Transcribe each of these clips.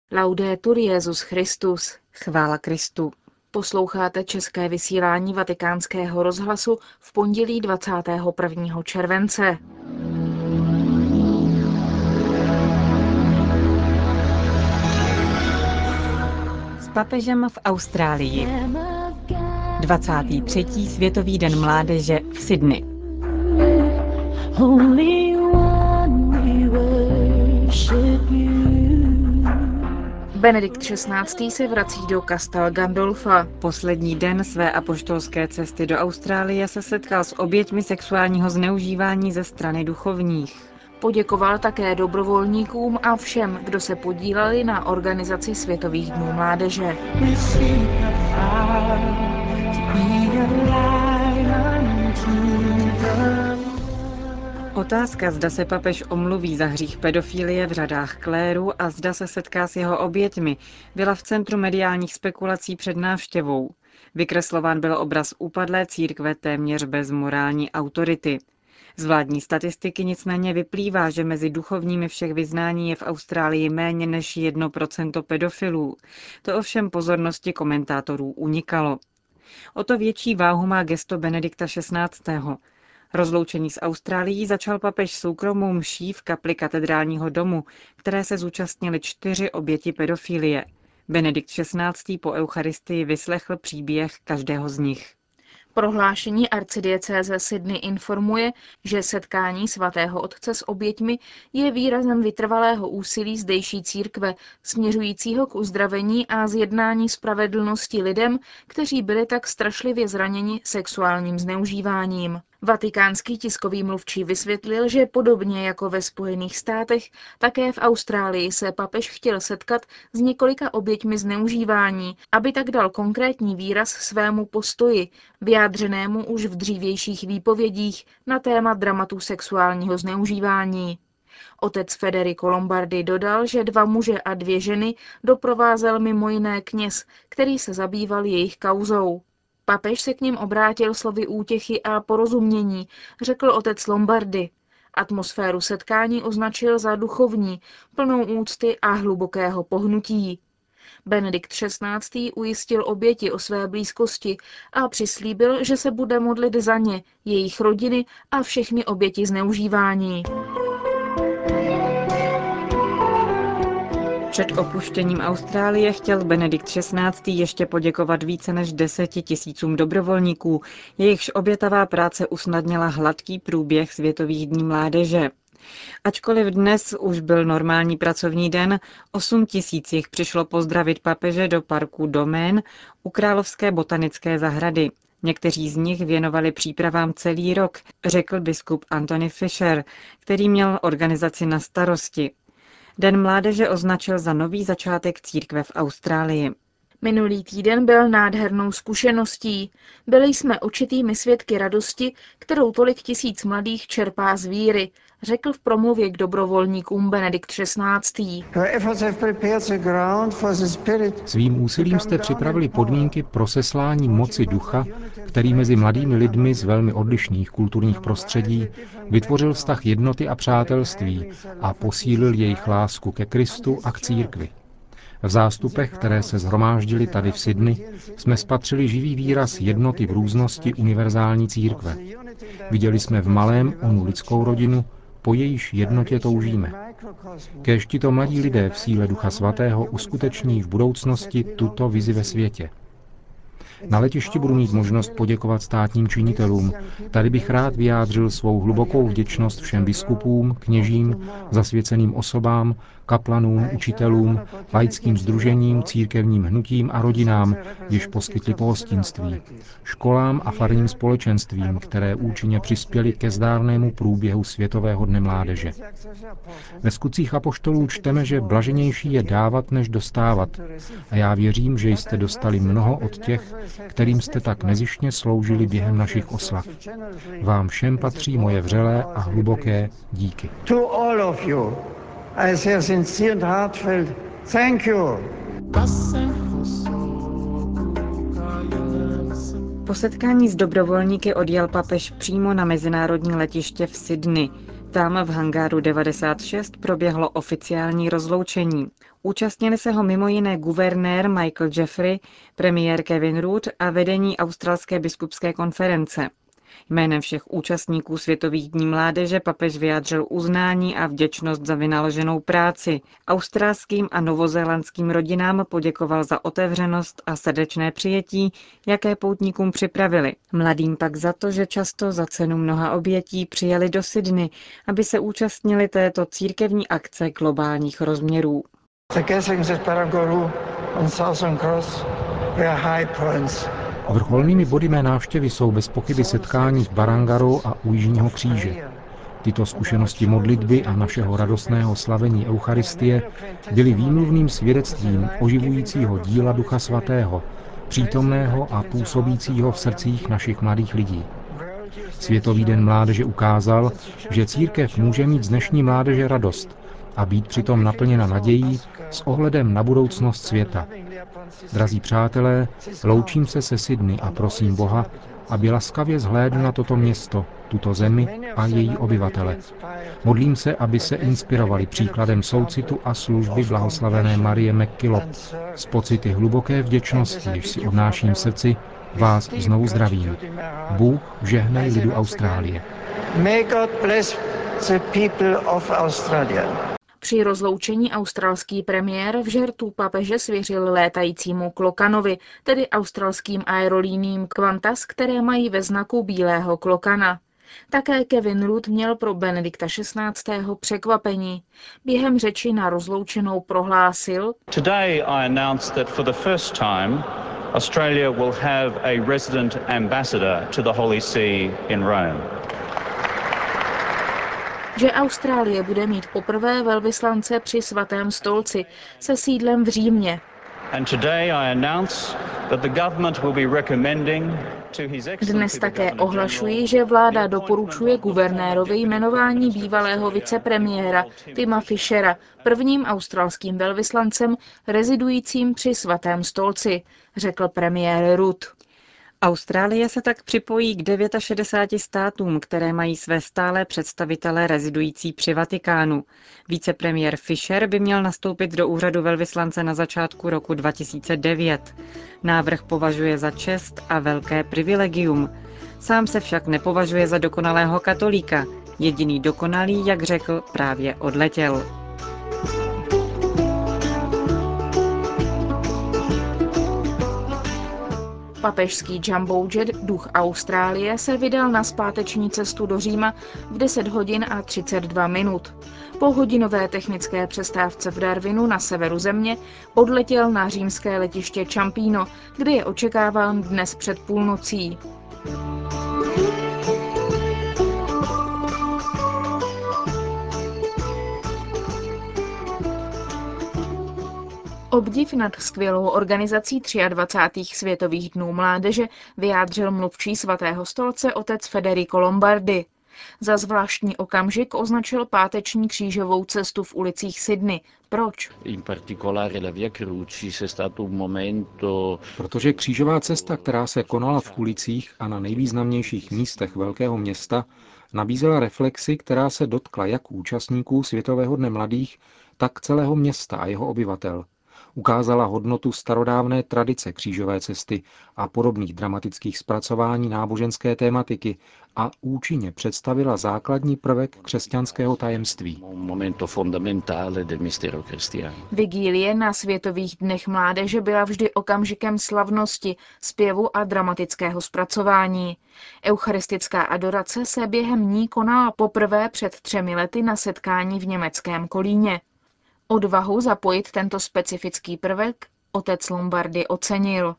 Laudetur Jesus Christus. Chvála Kristu. Posloucháte české vysílání Vatikánského rozhlasu v pondělí 21. července. S papežem v Austrálii. 23. Světový den mládeže v Sydney. Benedikt XVI. Se vrací do Castel Gandolfa. Poslední den své apoštolské cesty do Austrálie se setkal s oběťmi sexuálního zneužívání ze strany duchovních. Poděkoval také dobrovolníkům a všem, kdo se podíleli na organizaci Světových dnů mládeže. Otázka, zda se papež omluví za hřích pedofilie v řadách kléru a zda se setká s jeho oběťmi, byla v centru mediálních spekulací před návštěvou. Vykreslován byl obraz upadlé církve téměř bez morální autority. Z vládní statistiky nicméně vyplývá, že mezi duchovními všech vyznání je v Austrálii méně než 1% pedofilů. To ovšem pozornosti komentátorů unikalo. O to větší váhu má gesto Benedikta XVI. Rozloučení s Austrálií začal papež soukromou mší v kapli katedrálního domu, které se zúčastnily 4 oběti pedofilie. Benedikt XVI. Po eucharistii vyslechl příběh každého z nich. Prohlášení arcidiecéze Sydney informuje, že setkání svatého otce s oběťmi je výrazem vytrvalého úsilí zdejší církve, směřujícího k uzdravení a zjednání spravedlnosti lidem, kteří byli tak strašlivě zraněni sexuálním zneužíváním. Vatikánský tiskový mluvčí vysvětlil, že podobně jako ve Spojených státech, také v Austrálii se papež chtěl setkat s několika oběťmi zneužívání, aby tak dal konkrétní výraz svému postoji, vyjádřenému už v dřívějších výpovědích na téma dramatu sexuálního zneužívání. Otec Federico Lombardi dodal, že 2 muže a 2 ženy doprovázel mimo jiné kněz, který se zabýval jejich kauzou. Papež se k nim obrátil slovy útěchy a porozumění, řekl otec Lombardi. Atmosféru setkání označil za duchovní, plnou úcty a hlubokého pohnutí. Benedikt XVI. Ujistil oběti o své blízkosti a přislíbil, že se bude modlit za ně, jejich rodiny a všechny oběti zneužívání. Před opuštěním Austrálie chtěl Benedikt XVI. Ještě poděkovat více než 10 000 dobrovolníků, jejichž obětavá práce usnadnila hladký průběh Světových dní mládeže. Ačkoliv dnes už byl normální pracovní den, 8 000 jich přišlo pozdravit papeže do parku Domaine u Královské botanické zahrady. Někteří z nich věnovali přípravám celý rok, řekl biskup Anthony Fisher, který měl organizaci na starosti. Den mládeže označil za nový začátek církve v Austrálii. Minulý týden byl nádhernou zkušeností. Byli jsme očitými svědky radosti, kterou tolik tisíc mladých čerpá z víry, řekl v promluvě k dobrovolníkům Benedikt XVI. Svým úsilím jste připravili podmínky pro seslání moci ducha, který mezi mladými lidmi z velmi odlišných kulturních prostředí vytvořil vztah jednoty a přátelství a posílil jejich lásku ke Kristu a k církvi. V zástupech, které se shromáždily tady v Sydney, jsme spatřili živý výraz jednoty v různosti univerzální církve. Viděli jsme v malém onu lidskou rodinu, po jejíž jednotě toužíme. Kéž tito mladí lidé v síle Ducha Svatého uskuteční v budoucnosti tuto vizi ve světě. Na letišti budu mít možnost poděkovat státním činitelům. Tady bych rád vyjádřil svou hlubokou vděčnost všem biskupům, kněžím, zasvěceným osobám, kaplanům, učitelům, laickým sdružením, církevním hnutím a rodinám, jež poskytli pohostinství, školám a farním společenstvím, které účinně přispěly ke zdárnému průběhu Světového dne mládeže. Ve Skutcích apoštolů čteme, že blaženější je dávat, než dostávat. A já věřím, že jste dostali mnoho od těch, kterým jste tak nezištně sloužili během našich oslav. Vám všem patří moje vřelé a hluboké díky. Po setkání s dobrovolníky odjel papež přímo na mezinárodní letiště v Sydney. Tam v hangáru 96 proběhlo oficiální rozloučení. Účastnili se ho mimo jiné guvernér Michael Jeffrey, premiér Kevin Rudd a vedení Australské biskupské konference. Jménem všech účastníků Světových dní mládeže papež vyjádřil uznání a vděčnost za vynaloženou práci. Australským a novozélandským rodinám poděkoval za otevřenost a srdečné přijetí, jaké poutníkům připravili. Mladým pak za to, že často za cenu mnoha obětí přijeli do Sydney, aby se účastnili této církevní akce globálních rozměrů. Vrcholnými body mé návštěvy jsou bez pochyby setkání v Barangaru a u Jižního kříže. Tyto zkušenosti modlitby a našeho radostného slavení Eucharistie byly výmluvným svědectvím oživujícího díla Ducha Svatého, přítomného a působícího v srdcích našich mladých lidí. Světový den mládeže ukázal, že církev může mít z dnešní mládeže radost a být přitom naplněna nadějí s ohledem na budoucnost světa. Drazí přátelé, loučím se se Sydney a prosím Boha, aby laskavě zhlédl na toto město, tuto zemi a její obyvatele. Modlím se, aby se inspirovali příkladem soucitu a služby blahoslavené Marie McKillop. S pocity hluboké vděčnosti, jež si odnáším v srdci, vás znovu zdravím. Bůh žehnej lidu Austrálie. Při rozloučení australský premiér v žertu papeže svěřil létajícímu klokanovi, tedy australským aerolíním Qantas, které mají ve znaku bílého klokana. Také Kevin Rudd měl pro Benedikta XVI. Překvapení. Během řeči na rozloučenou prohlásil: Today I announced that for the first time Australia will have a resident ambassador to the Holy See in Rome. Že Austrálie bude mít poprvé velvyslance při Svatém stolci se sídlem v Římě. Dnes také ohlašuji, že vláda doporučuje guvernérovi jmenování bývalého vicepremiéra Tima Fishera prvním australským velvyslancem rezidujícím při Svatém stolci, řekl premiér Rudd. Austrálie se tak připojí k 69 státům, které mají své stálé představitele rezidující při Vatikánu. Vicepremiér Fisher by měl nastoupit do úřadu velvyslance na začátku roku 2009. Návrh považuje za čest a velké privilegium. Sám se však nepovažuje za dokonalého katolíka. Jediný dokonalý, jak řekl, právě odletěl. Papežský jumbo jet Duch Austrálie se vydal na zpáteční cestu do Říma v 10 hodin a 32 minut. Po hodinové technické přestávce v Darwinu na severu země odletěl na římské letiště Ciampino, kde je očekáván dnes před půlnocí. Obdiv nad skvělou organizací 23. světových dnů mládeže vyjádřil mluvčí Svatého stolce otec Federico Lombardi. Za zvláštní okamžik označil páteční křížovou cestu v ulicích Sydney. Proč? Protože křížová cesta, která se konala v ulicích a na nejvýznamnějších místech velkého města, nabízela reflexi, která se dotkla jak účastníků Světového dne mladých, tak celého města a jeho obyvatel. Ukázala hodnotu starodávné tradice křížové cesty a podobných dramatických zpracování náboženské tématiky a účinně představila základní prvek křesťanského tajemství. Vigílie na Světových dnech mládeže byla vždy okamžikem slavnosti, zpěvu a dramatického zpracování. Eucharistická adorace se během ní konala poprvé před 3 lety na setkání v německém Kolíně. Odvahu zapojit tento specifický prvek otec Lombardi ocenil.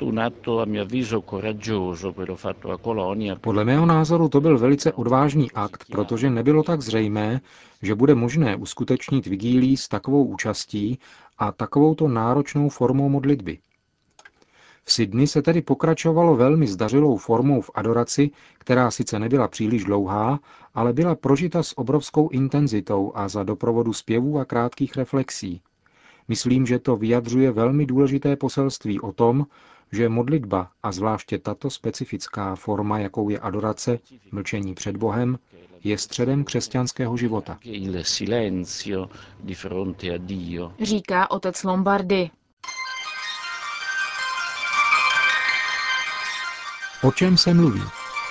Podle mého názoru to byl velice odvážný akt, protože nebylo tak zřejmé, že bude možné uskutečnit vigílii s takovou účastí a takovouto náročnou formou modlitby. V Sydney se tedy pokračovalo velmi zdařilou formou v adoraci, která sice nebyla příliš dlouhá, ale byla prožita s obrovskou intenzitou a za doprovodu zpěvů a krátkých reflexí. Myslím, že to vyjadřuje velmi důležité poselství o tom, že modlitba a zvláště tato specifická forma, jakou je adorace, mlčení před Bohem, je středem křesťanského života. Říká otec Lombardy. O čem se mluví?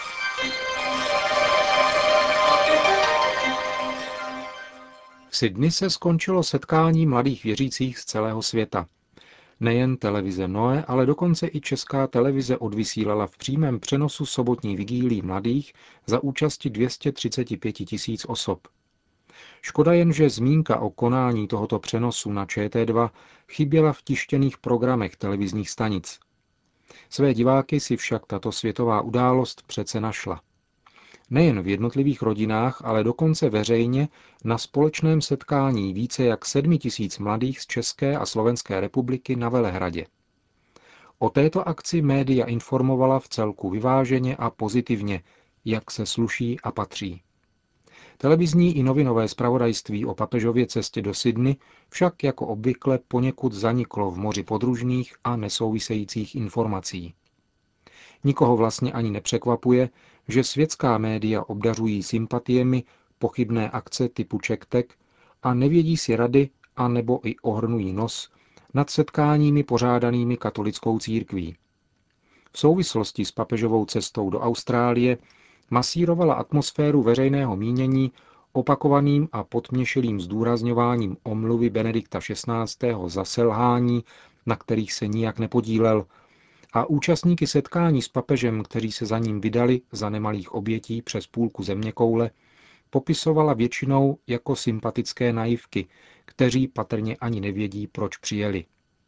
V Sydney se skončilo setkání mladých věřících z celého světa. Nejen televize Noe, ale dokonce i Česká televize odvysílala v přímém přenosu sobotní vigílii mladých za účasti 235 000 osob. Škoda jen, že zmínka o konání tohoto přenosu na ČT2 chyběla v tištěných programech televizních stanic. Své diváky si však tato světová událost přece našla. Nejen v jednotlivých rodinách, ale dokonce veřejně na společném setkání více jak 7 000 mladých z České a Slovenské republiky na Velehradě. O této akci média informovala vcelku vyváženě a pozitivně, jak se sluší a patří. Televizní i novinové zpravodajství o papežově cestě do Sydney však jako obvykle poněkud zaniklo v moři podružných a nesouvisejících informací. Nikoho vlastně ani nepřekvapuje, že světská média obdařují sympatiemi pochybné akce typu Čektek a nevědí si rady a nebo i ohrnují nos nad setkáními pořádanými katolickou církví. V souvislosti s papežovou cestou do Austrálie masírovala atmosféru veřejného mínění opakovaným a podměšilým zdůrazňováním omluvy Benedikta XVI. Za selhání, na kterých se nijak nepodílel, a účastníky setkání s papežem, kteří se za ním vydali za nemalých obětí přes půlku zeměkoule, popisovala většinou jako sympatické naivky, kteří patrně ani nevědí, proč přijeli.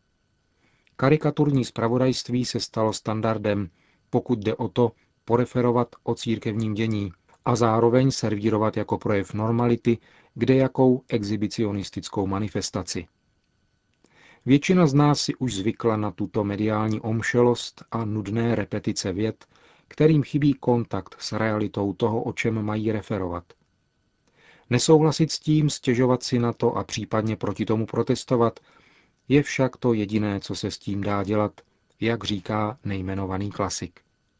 Karikaturní zpravodajství se stalo standardem, pokud jde o to poreferovat o církevním dění a zároveň servírovat jako projev normality kdejakou exhibicionistickou manifestaci. Většina z nás si už zvykla na tuto mediální omšelost a nudné repetice vět, kterým chybí kontakt s realitou toho, o čem mají referovat. Nesouhlasit s tím, stěžovat si na to a případně proti tomu protestovat, je však to jediné, co se s tím dá dělat, jak říká nejmenovaný klasik.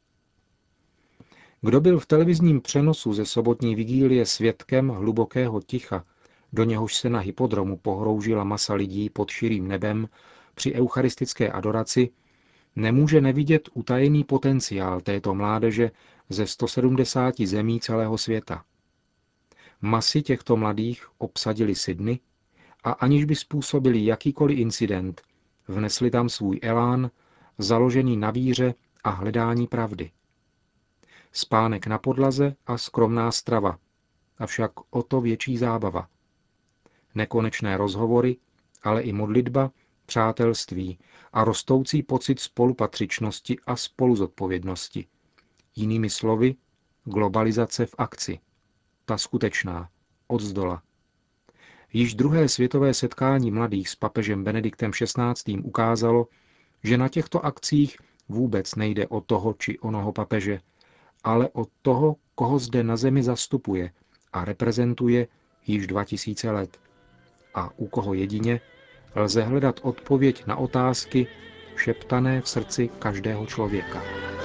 Kdo byl v televizním přenosu ze sobotní vigílie svědkem hlubokého ticha, do něhož se na hypodromu pohroužila masa lidí pod širým nebem při eucharistické adoraci, nemůže nevidět utajený potenciál této mládeže ze 170 zemí celého světa. Masy těchto mladých obsadili Sydney a aniž by způsobili jakýkoliv incident, vnesli tam svůj elán, založený na víře a hledání pravdy. Spánek na podlaze a skromná strava, avšak o to větší zábava. Nekonečné rozhovory, ale i modlitba, přátelství a rostoucí pocit spolupatřičnosti a spoluzodpovědnosti. Jinými slovy, globalizace v akci. Ta skutečná, odzdola. Již druhé světové setkání mladých s papežem Benediktem XVI. Ukázalo, že na těchto akcích vůbec nejde o toho či onoho papeže, ale o toho, koho zde na zemi zastupuje a reprezentuje již 2000 let. A u koho jedině lze hledat odpověď na otázky šeptané v srdci každého člověka.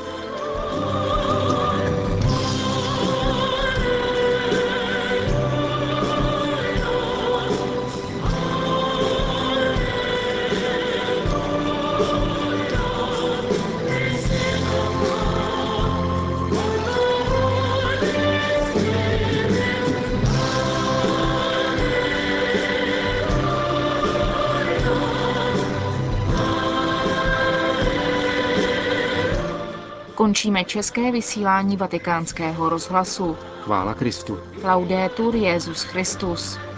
Končíme české vysílání Vatikánského rozhlasu. Chvála Kristu. Laudetur Jesus Christus.